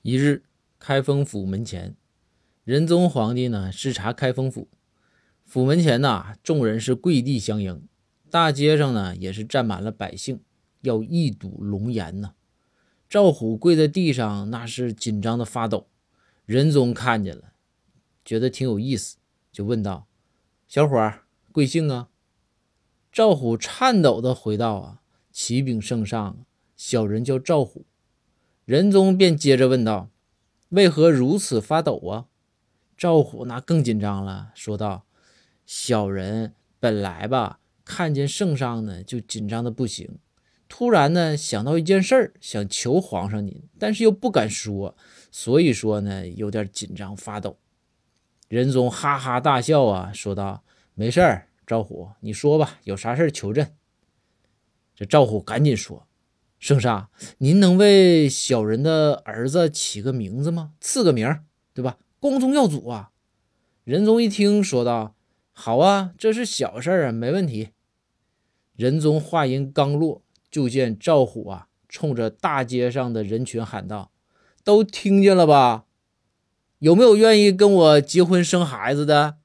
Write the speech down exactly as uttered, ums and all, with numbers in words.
一日，开封府门前，仁宗皇帝呢视察开封府，府门前呐，众人是跪地相迎，大街上呢也是站满了百姓，要一睹龙颜呐。赵虎跪在地上，那是紧张的发抖。仁宗看见了，觉得挺有意思，就问道：“小伙儿，贵姓啊？”赵虎颤抖的回道：“啊，启禀圣上，小人叫赵虎。”仁宗便接着问道：“为何如此发抖啊？”赵虎那更紧张了，说道：“小人本来吧，看见圣上呢，就紧张的不行。突然呢，想到一件事儿，想求皇上您，但是又不敢说，所以说呢，有点紧张发抖。”仁宗哈哈大笑啊，说道：“没事儿，赵虎，你说吧，有啥事儿求朕。”这赵虎赶紧说：“圣上，您能为小人的儿子起个名字吗？赐个名，对吧？光宗耀祖啊！”仁宗一听，说道：“好啊，这是小事啊，没问题。”仁宗话音刚落，就见赵虎啊，冲着大街上的人群喊道：“都听见了吧？有没有愿意跟我结婚生孩子的？”